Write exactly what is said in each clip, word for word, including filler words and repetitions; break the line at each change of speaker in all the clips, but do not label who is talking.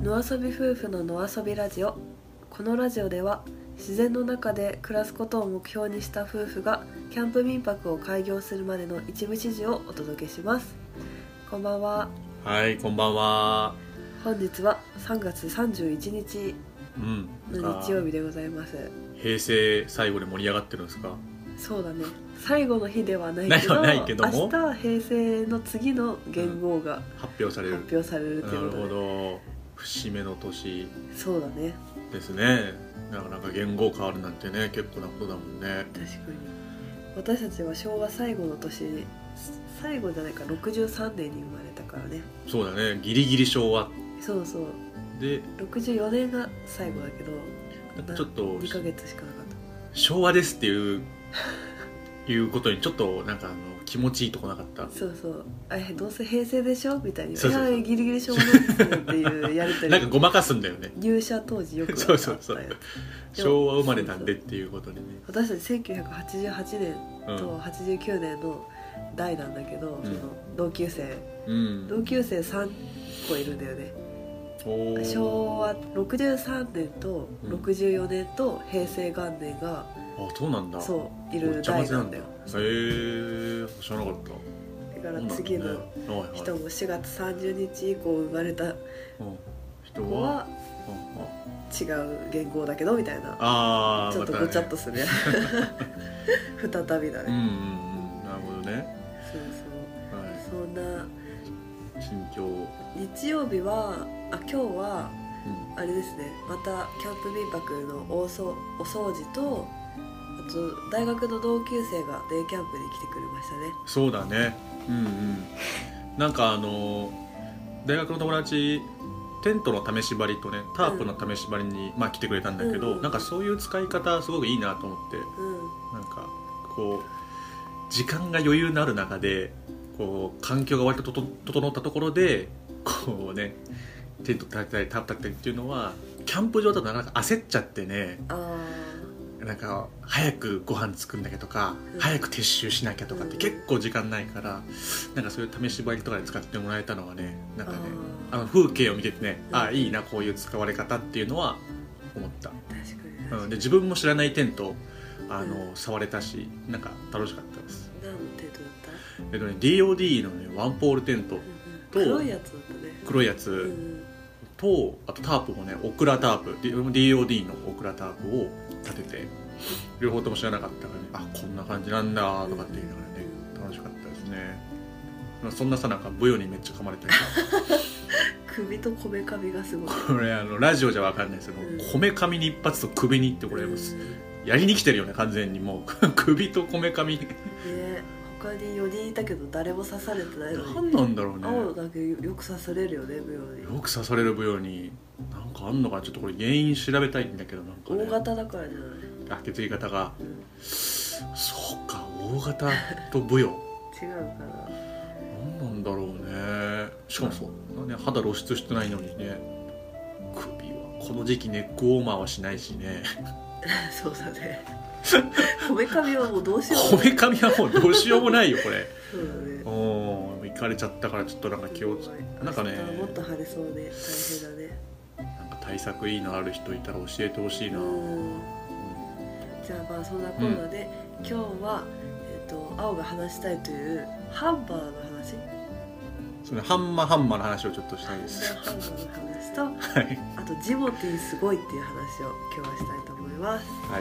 野遊び夫婦の野遊びラジオ。このラジオでは自然の中で暮らすことを目標にした夫婦がキャンプ民泊を開業するまでの一部始終をお届けします。こんばんは。
はい、こんばんは。
本日はさんがつさんじゅういちにちの日曜日でございます、うん、
平成最後で盛り上がってるんですか？
そうだね、最後の日ではないけど、
ないけども
明日平成の次の元号が、うん、
発表される
発表されるっていうことで、
なるほど、節目の年
そうだね
ですね。なかなか元号変わるなんてね、結構なことだもんね。
確かに私たちは昭和最後の年、最後じゃないかろくじゅうさんねんに生まれたからね。
そうだね、ギリギリ昭和
そうそう
で
ろくじゅうよねんが最後だけど、
ちょっと
にかげつしかなかった。
昭和ですっていういうことにちょっとなんかあの気持ちいいとこなかった。
そうそう、あどうせ平成でしょみたいに、
そうそうそう、
いやギリギリ昭和なんですよっていうやりとり
なんかごまかすんだよね。
入社当時よくあった
そうそうそう、昭和生まれなんでっていうことでね。
私たちせんきゅうひゃくはちじゅうはちねんとはちじゅうきゅうねんの代なんだけど、うん、その同級生、うん、同級生さんこいるんだよね。昭和ろくじゅうさんねんとろくじゅうよねんと平成元年が、
うん、あ、そうなんだ。
そういる代なんだよ。
へえ、知らなかった。
だから次の人もしがつさんじゅうにち以降生まれた人は違う元号だけどみたいな、
あ、
ちょっとごちゃっとするや、ま再びだね。
うんうんうん、なるほどね。
そうそう、はい、そんな
近況。
日曜日はあ今日は、うん、あれですね、またキャンプ民泊の大掃お掃除と、あと大学の同級生がデイキャンプに来てくれましたね。
そうだね、うんうん、なんかあの大学の友達テントの試し張りとねタープの試し張りに、うん、まあ、来てくれたんだけど、うんうん、なんかそういう使い方すごくいいなと思って、うん、なんかこう時間が余裕のある中でこう環境が割とと整ったところでこうねテント立てたりタープ立てたりっていうのはキャンプ場だとなかなか焦っちゃってね、あなんか早くご飯作んなきゃとか、うん、早く撤収しなきゃとかって結構時間ないから、うん、なんかそういう試し張りとかで使ってもらえたのはね、なんかね、あの風景を見ててね、うん、あいいなこういう使われ方っていうのは思った。
確かに、
うん、で自分も知らないテントあの、うん、触れたし、なんか楽しかったです。
何のテントだった？
えっとね ディーオーディー のねワンポールテントと、
黒いやつだったね。
黒いやつ、うん、とあとタープもねオクラタープ ディーオーディー のオクラタープを立てて、両方とも知らなかったからね、あこんな感じなんだとかって言いながらね、うん、楽しかったですね。そんなさなんかブヨにめっちゃ噛まれたり
首とこめかみがすごい。
これあのラジオじゃ分かんないですけど、うん、こめかみに一発と首にってこれ、うん、やりに来てるよね完全に。もう首とこめかみね、
他によにんいたけど誰も刺されてないのに
何なんだろうね。
青だけよく刺されるよね、ブヨに。
よく刺されるブヨになんかあんのかな。ちょっとこれ原因調べたいんだけど、なんか、ね、
大型だからじゃない。
あ血液型が、うん、そうか大型とブヨ
違うかな。
何なんだろうね。しかもそんなね肌露出してないのにね。首はこの時期ネックウォーマーはしないしね
そうだねこめかみはもうどうしようも
ない。こめかみはもうどうしようもないよこれ
そうだね。
おー行かれちゃったからちょっとなんか気をつなんかね
もっと腫れそうで大変だね。
なんか対策いいのある人いたら教えてほしいな。うん、
じゃあまあそんなコーナーで、うん、今日は、えーと、青が話したいというハンマーの話、
そのハンマーハンマーの話をちょっとしたいです。
ハンマーの話と、
はい、
あとジモティーすごいっていう話を今日はしたいと思います。
はい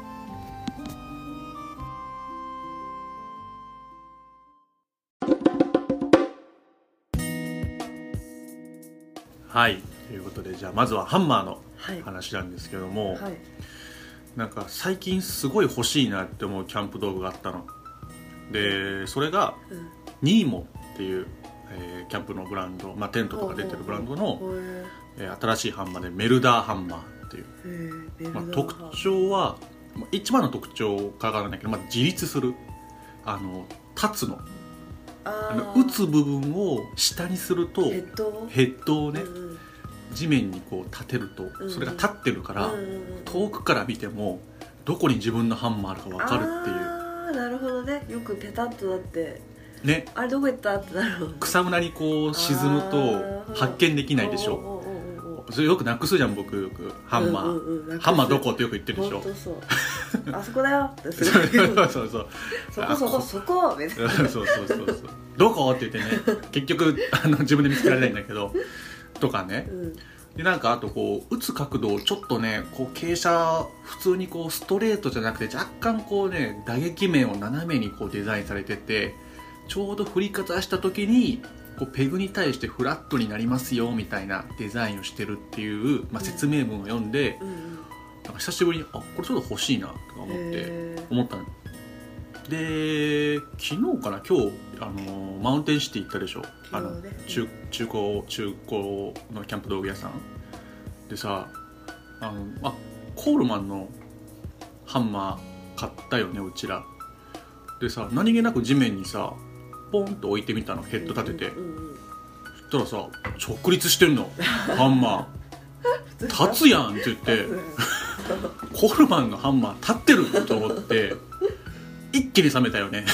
はい、ということでじゃあまずはハンマーの話なんですけども、はいはい、なんか最近すごい欲しいなって思うキャンプ道具があったので、それが、うん、ニーモっていう、えー、キャンプのブランド、まあ、テントとか出てるブランドの、えー、新しいハンマーでメルダーハンマーっていう、まあ、特徴は一番の特徴かわからないけど、まあ、自立するあの立つのあの打つ部分を下にすると
ヘッド
ヘッドをね、うんうん、地面にこう立てるとそれが立ってるから、うんうん、遠くから見てもどこに自分のハンマーあるか分かるっていう。
あーなるほどね。よくペタッとなって
ね、
あれどこ行ったってなる。
草むらにこう沈むと発見できないでしょ。 それよくなくすじゃん僕よくハンマー、うんうんうん、ハンマーどこってよく言ってるでしょ。
本当そうあそこだよってす
るそうそうそう
そこそこそこみたいな
そうそうそうそうどこって言ってね結局あの自分で見つけられないんだけどとかね、うん、でなんかあとこう打つ角度をちょっとねこう傾斜普通にこうストレートじゃなくて若干こうね打撃面を斜めにこうデザインされててちょうど振り方した時にこうペグに対してフラットになりますよみたいなデザインをしてるっていう、まあ、説明文を読んで、うんうん、なんか久しぶりにあこれちょっと欲しいなとか思って思ったので昨日かな今日あのマウンテンシティ行ったでしょ、ね、あの 中, 中古中古のキャンプ道具屋さんでさあのあコールマンのハンマー買ったよねうちらでさ何気なく地面にさポンと置いてみたのヘッド立てて、うんうんうん、そしたらさ直立してんのハンマー立つやんって言ってコールマンのハンマー立ってると思って一気に冷めたよね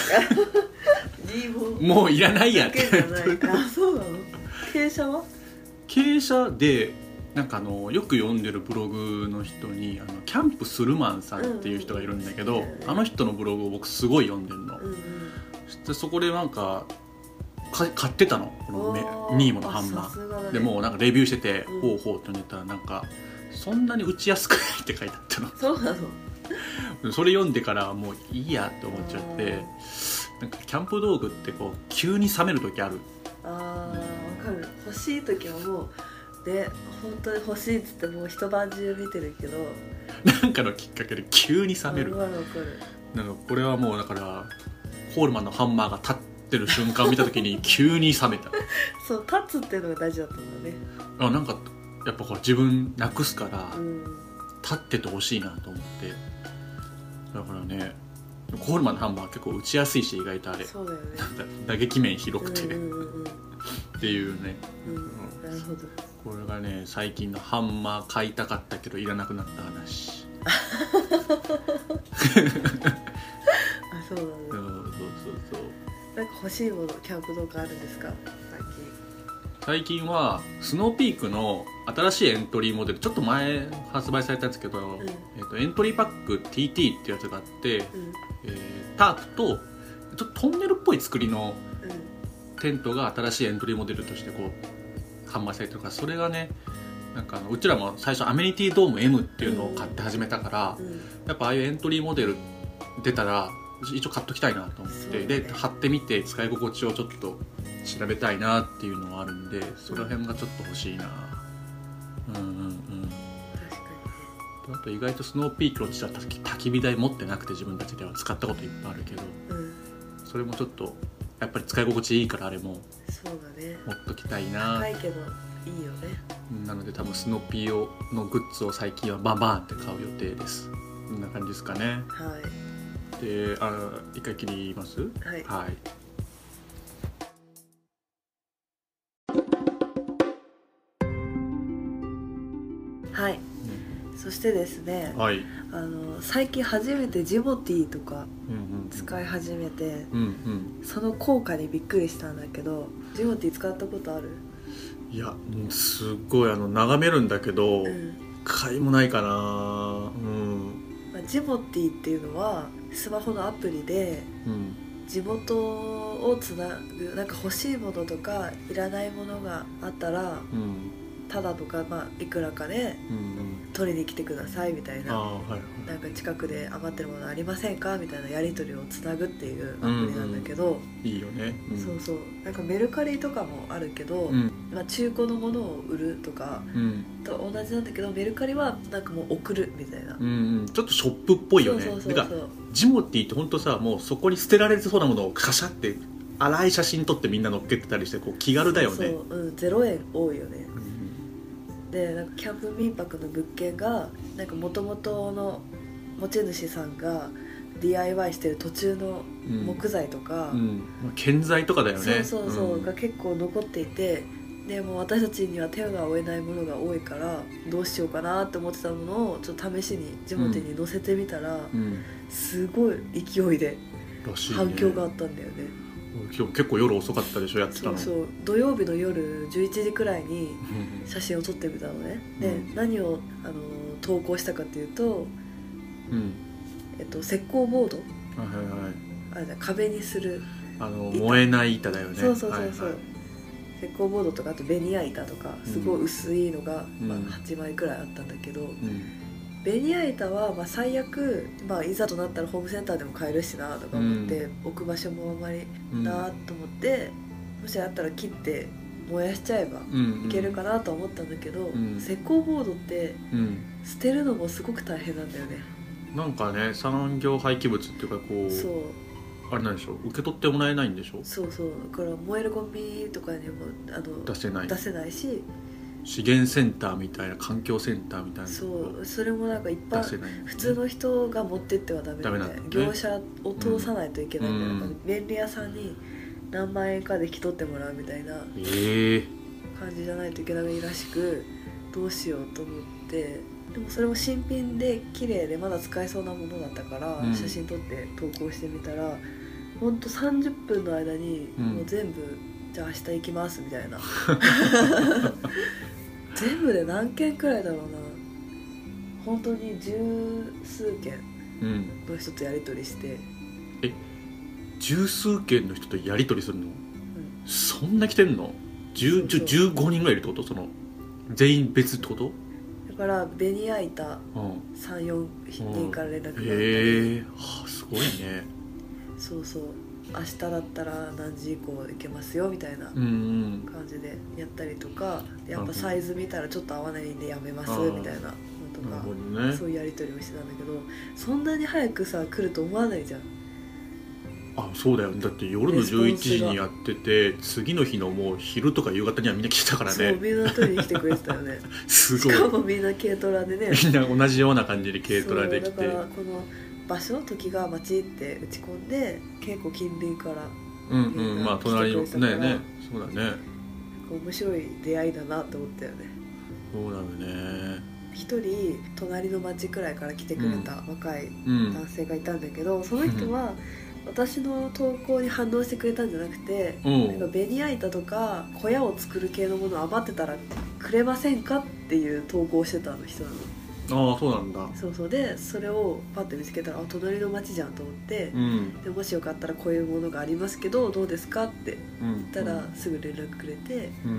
もういらないやって
あそうなの傾斜は
傾斜でなんかあのよく読んでるブログの人にあのキャンプスルマンさんっていう人がいるんだけど、うんうん、あの人のブログを僕すごい読んでるの、うんうん、でそこでなんか買ってたのこのニーモのハンマー、ね、でもうなんかレビューしてて、うん、ほうほうって読んでたらなんかそんなに打ちやすくないって書いてあったの
そうなの
それ読んでからもういいやって思っちゃってなんかキャンプ道具ってこう急に冷める時ある
あー分かる欲しい時はもうで本当に欲しいっつってもう一晩中見てるけど
なんかのきっかけで急に冷める
分かる分かる
なんかこれはもうだからコールマンのハンマーが立ってる瞬間を見た時に急に冷めた
そう立つっていうのが大事だったんだね
あなんかやっぱこう自分なくすから、うん、立っててほしいなと思ってだからねコールマンのハンマー結構打ちやすいし意外とあれ
そうだよね
打撃面広くて、ね
うんうんうん、って
いうね、
うんうん、なるほど
これがね最近のハンマー買いたかったけどいらなくなった話
あそうなんだ、
そうそうそう
なんか欲しいものキャンプ道具あるんですか最近
最近はスノーピークの新しいエントリーモデルちょっと前発売されたんですけど、うんえー、とエントリーパック ティーティー ってやつがあって、うんえー、タープとちょっとトンネルっぽい作りのテントが新しいエントリーモデルとしてこう販売されてるからそれがねなんかあのうちらも最初アメニティドーム エム っていうのを買って始めたから、うん、やっぱああいうエントリーモデル出たら一応買っときたいなと思って、ね、で貼ってみて使い心地をちょっと調べたいなっていうのがあるんでその辺がちょっと欲しいな、うん、うんうんうん
確か
に、ね、あと意外とスノーピークのちは焚き火台持ってなくて自分たちでは使ったこといっぱいあるけど、うん、それもちょっとやっぱり使い心地いいからあれも
そうだね
持っときたいな
高いけどいいよね
なので多分スノーピーをのグッズを最近はバンバンって買う予定ですこんな感じですかね
はい
であ一回切ります
はい、
はい
はい、うん、そしてですね、
はい、
あの最近初めてジモティーとか使い始めて、うん
うんうん、
その効果にびっくりしたんだけどジモティー使ったことある？
いやすっごいあの眺めるんだけど、うん、買いもないかな、うん
まあ、ジモティーっていうのはスマホのアプリで、うん、地元をつなぐなんか欲しいものとかいらないものがあったら、うんただとか、まあ、いくらかで取りに来てくださいみたいな、うんうんはいはい、なんか近くで余ってるものありませんかみたいなやり取りをつなぐっていうアプリなんだけど、うんうん、
いいよね、
うん、そうそうなんかメルカリとかもあるけど、うんまあ、中古のものを売るとか、うん、と同じなんだけどメルカリはなんかもう送るみたいな、
うんうん、ちょっとショップっぽいよね。そうそうそうそうだからジモティーって本当さもうそこに捨てられてそうなものをカシャって粗い写真撮ってみんな載っけてたりしてこう気軽だよね。
そうそう、うん、ゼロえん多いよね、うんでなんかキャンプ民泊の物件がなんか元々の持ち主さんが ディーアイワイ してる途中の木材とか、
うんうんまあ、建材とかだよね
そうそうそう、うん、が結構残っていてでもう私たちには手が負えないものが多いからどうしようかなって思ってたものをちょっと試しにジモテに載せてみたら、うん、すごい勢いで反響があったんだよね。
今日結構夜遅かったでしょやってたの。
そうそう土曜日の夜じゅういちじくらいに写真を撮ってみたのね、うん、で何をあの投稿したかっていうと、うんえっと、石膏ボード、はいはいはい、あじゃ壁にする
あの燃えない板だよね。
そうそうそうそう、はいはい、石膏ボードとかあとベニヤ板とかすごい薄いのが、うんまあ、はちまいくらいあったんだけど、うん、ベニヤ板はまあ最悪、まあ、いざとなったらホームセンターでも買えるしなとか思って、うん、置く場所もあまりなと思って、うん、もしあったら切って燃やしちゃえばいけるかなと思ったんだけど、うんうん、石膏ボードって捨てるのもすごく大変なんだよね。
なんかね産業廃棄物っていうかこうそうあれなんでしょう受け取ってもらえないんでしょ。
そうそうだから燃えるゴミとかにもあの
出せない
出せないし
資源センターみたいな環境センターみたいな
そうそれもなんか一般、ね、普通の人が持ってってはダメみたいな、ね、業者を通さないといけないみたいな、うん、便利屋さんに何万円かで引き取ってもらうみたいな感じじゃないといけないらしくどうしようと思ってでもそれも新品で綺麗でまだ使えそうなものだったから、うん、写真撮って投稿してみたらほんとさんじゅっぷんの間にもう全部、うん、じゃあ明日行きますみたいな全部で何件くらいだろうな本当に十数件の人とやり取りして、うん、
え十数件の人とやり取りするの、うん、そんな来てんのじゅうじゅうごにんぐらいいるってことその全員別ってこと
だからベニヤ板 さん,よん 人から連絡があったり、うん、へ
え、はあ、すごいね。
そうそう明日だったら何時以降行けますよみたいな感じでやったりとか、うんうん、やっぱサイズ見たらちょっと合わないんでやめますみたいなのとか、ね、そういうやり取りをしてたんだけどそんなに早くさ来ると思わないじゃん。
あ、そうだよね。だって夜のじゅういちじにやってて次の日のもう昼とか夕方にはみんな来てたからね。
そうみんな取りに来てくれてたよね
すごい。
しかもみんな軽トラでね
みんな同じような感じで軽トラで来て、
だからこの場所時が町って打ち込んで結構近隣から
うんうんまあ隣のねねそうだね
面白い出会いだなと思ったよね。
そうだよね。
一人隣の町くらいから来てくれた若い男性がいたんだけど、うん、その人は私の投稿に反応してくれたんじゃなくて、うん、なんかベニヤ板とか小屋を作る系のもの余ってたらくれませんかっていう投稿をしてたの人なの。
ああそうなんだ。
そうそうでそれをパッて見つけたらあ隣の町じゃんと思って、うん、でもしよかったらこういうものがありますけどどうですかって言ったら、うん、すぐ連絡くれて、うん、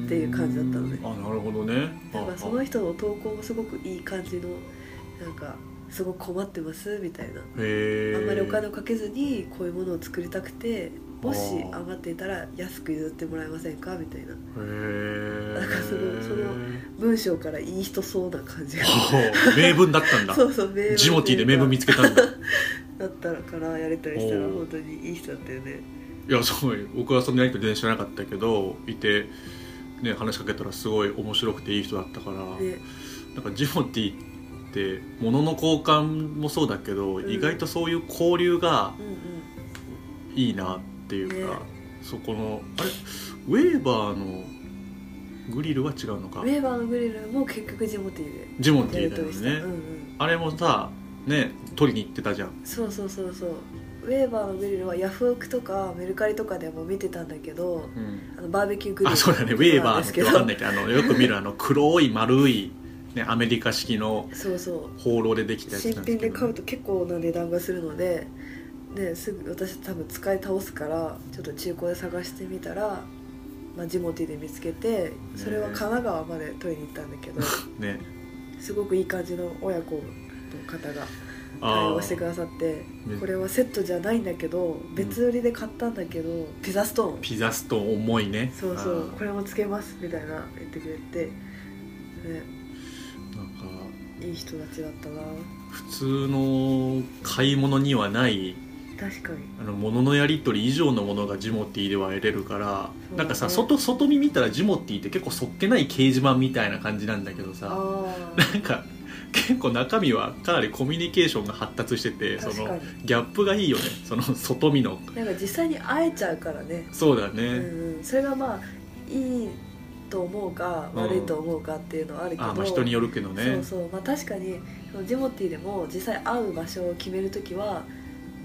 っていう感じだったのね。
あなるほどね。
だからその人の投稿もすごくいい感じのなんかすごく困ってますみたいな、へあんまりお金をかけずにこういうものを作りたくてもし余っていたら安く譲ってもらえませんかみたいな。へなんかそのその文章からいい人そうな感じが
名文だったんだ
そうそう名文
ジモティーで名文見つけたんだ
だったからやりたりしたら本当にいい人だったよね。
いやすごい僕はそのやりとり全然知らなかったけどいて、ね、話しかけたらすごい面白くていい人だったから、ね、なんかジモティーって物の交換もそうだけど、うん、意外とそういう交流がいいなっていうか、うんうんね、そこのあれウェーバーのグリルは違うのか。
ウェーバーのグリルも結局ジモティーで
ジモティーだよね、うんうん、あれもさね取りに行ってたじゃん。
そうそうそうそうウェーバーのグリルはヤフオクとかメルカリとかでも見てたんだけど、うん、あのバーベキューグリル
あそうだねウェーバーのって分かんないけどあのよく見るあの黒い丸いね、アメリカ式のホーローでできたやつなんですけど、
新品で買うと結構な値段がするので、ね、すぐ私多分使い倒すからちょっと中古で探してみたら、まあ、ジモティで見つけてそれは神奈川まで取りに行ったんだけど、ね、すごくいい感じの親子の方が対応してくださってこれはセットじゃないんだけど別売りで買ったんだけど、うん、ピザストーン
ピザストーン重いね。
そうそうこれもつけますみたいな言ってくれてねいい人たちだったな。
普通の買い物にはない
確かに
あの物のやり取り以上のものがジモティーでは得れるから、ね、なんかさ 外, 外見見たらジモティーって結構そっけない掲示板みたいな感じなんだけどさなんか結構中身はかなりコミュニケーションが発達しててそのギャップがいいよね。その外見の
なんか実際に会えちゃうからね。
そうだね、
うん、それがまあいいと思うか悪いと思うかっていうのはあるけど、うん、あ
まあ人によるけどね。
そうそう、まあ、確かにそのジモティーでも実際会う場所を決めるときは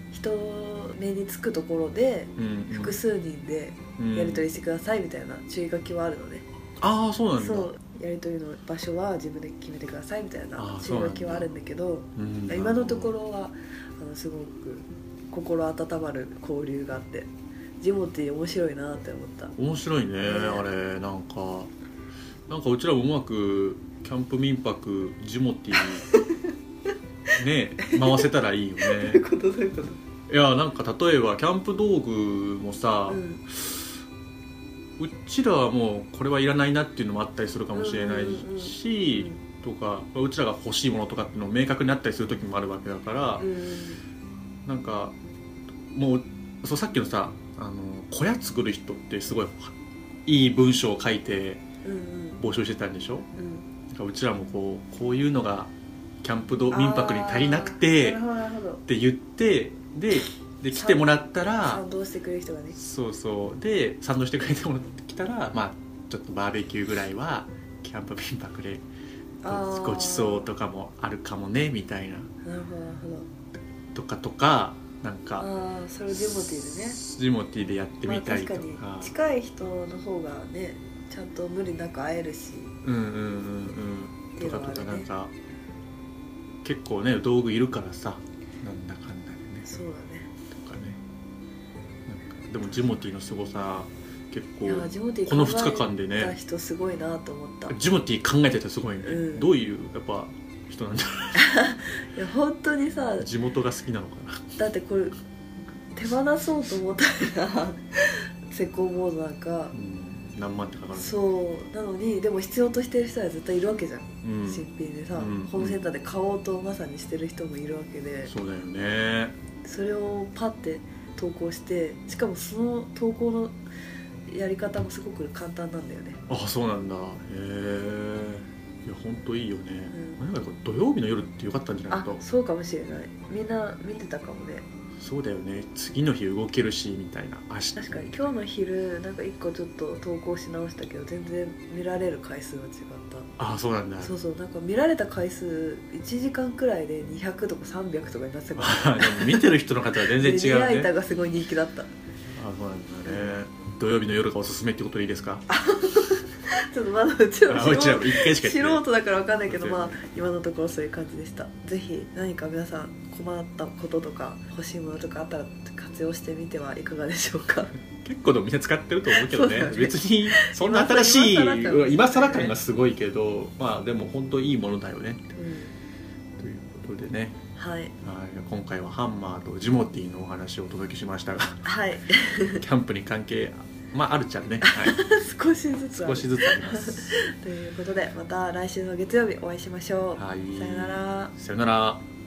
人目につくところで複数人でやり取りしてくださいみたいな注意書きはあるのね、
うん、ああそうなんだ。
そうやり取りの場所は自分で決めてくださいみたいな注意書きはあるんだけど、うん、今のところはあのすごく心温まる交流があってジモティー面白いなって思った。
面白いね、えー、あれなんかなんかうちらもうまくキャンプ民泊ジモティーね回せたらいいよね。どう
いうことどういうこと。
いやなんか例えばキャンプ道具もさ、うん、うちらはもうこれはいらないなっていうのもあったりするかもしれないし、とかうちらが欲しいものとかっていうのも明確になったりする時もあるわけだから、うん、なんかもうそうさっきのさあの小屋作る人ってすごいいい文章を書いて募集してたんでしょ、うん、なんかうちらもこうこういうのがキャンプ道民泊に足りなくてって言ってでで来てもらったら
賛同してくれる人がね、
そうそうで賛同してくれてもらってきたらまあちょっとバーベキューぐらいはキャンプ民泊でごちそうとかもあるかもねみたいな。
なるほどなるほ
どとかとかなんか
あそれをジモティーでね
ジモティーでやってみたりとか、まあ、
確かに近い人の方がねちゃんと無理なく会えるし
うんうんうんうんとかとかなんか結構ね道具いるからさなんだかんだでね
そうだね
とかねなんかでもジモティーのすごさ結構
こ
のふつかかんでね
人すごいなと思った。
ジモティー考えてたすごいね、うん、どういうやっぱ人なんだろ
ういや本当にさ
地元が好きなのかな。
だってこれ手放そうと思ったら石膏ボードなんか、うん、
何万ってかかる。
そうなのにでも必要としてる人は絶対いるわけじゃん、うん、新品でさ、うん、ホームセンターで買おうとまさにしてる人もいるわけで、
そうだよね。それ
をパッて投稿してしかもその投稿のやり方もすごく簡単なんだよね。
あそうなんだ。へえいや本当いいよね、うん、なんか土曜日の夜ってよかったんじゃないかと。
あそうかもしれない。みんな見てたかもね。
そうだよね次の日動けるしみたいな。明日
確かに今日の昼なんかいっこちょっと投稿し直したけど全然見られる回数が違った。
あそうなんだ。
そうそうなんか見られた回数いちじかんくらいでにひゃくとかさんびゃくとかになってたから
でも見てる人の方は全然違うね。
リライターがすごい人気だった。あ
そうなんだね。土曜日の夜がおすすめってことでいいですか。
ちょっとまだうちは素
人
素人だから分かんないけど、まあ、今のところそういう感じでした。ぜひ何か皆さん困ったこととか欲しいものとかあったら活用してみてはいかがでしょうか。
結構でもみんな使ってると思うけど ね, ね別にそんな新しい今更感がすごいけどまあでも本当いいものだよね、うん、ということでね、
はい、はい
今回はハンマーとジモティーのお話をお届けしましたが、
はい、
キャンプに関係まああるっちゃね、はい、
少しずつ
少しずつあります
ということでまた来週の月曜日お会いしましょう、
はい、
さよなら
さよなら。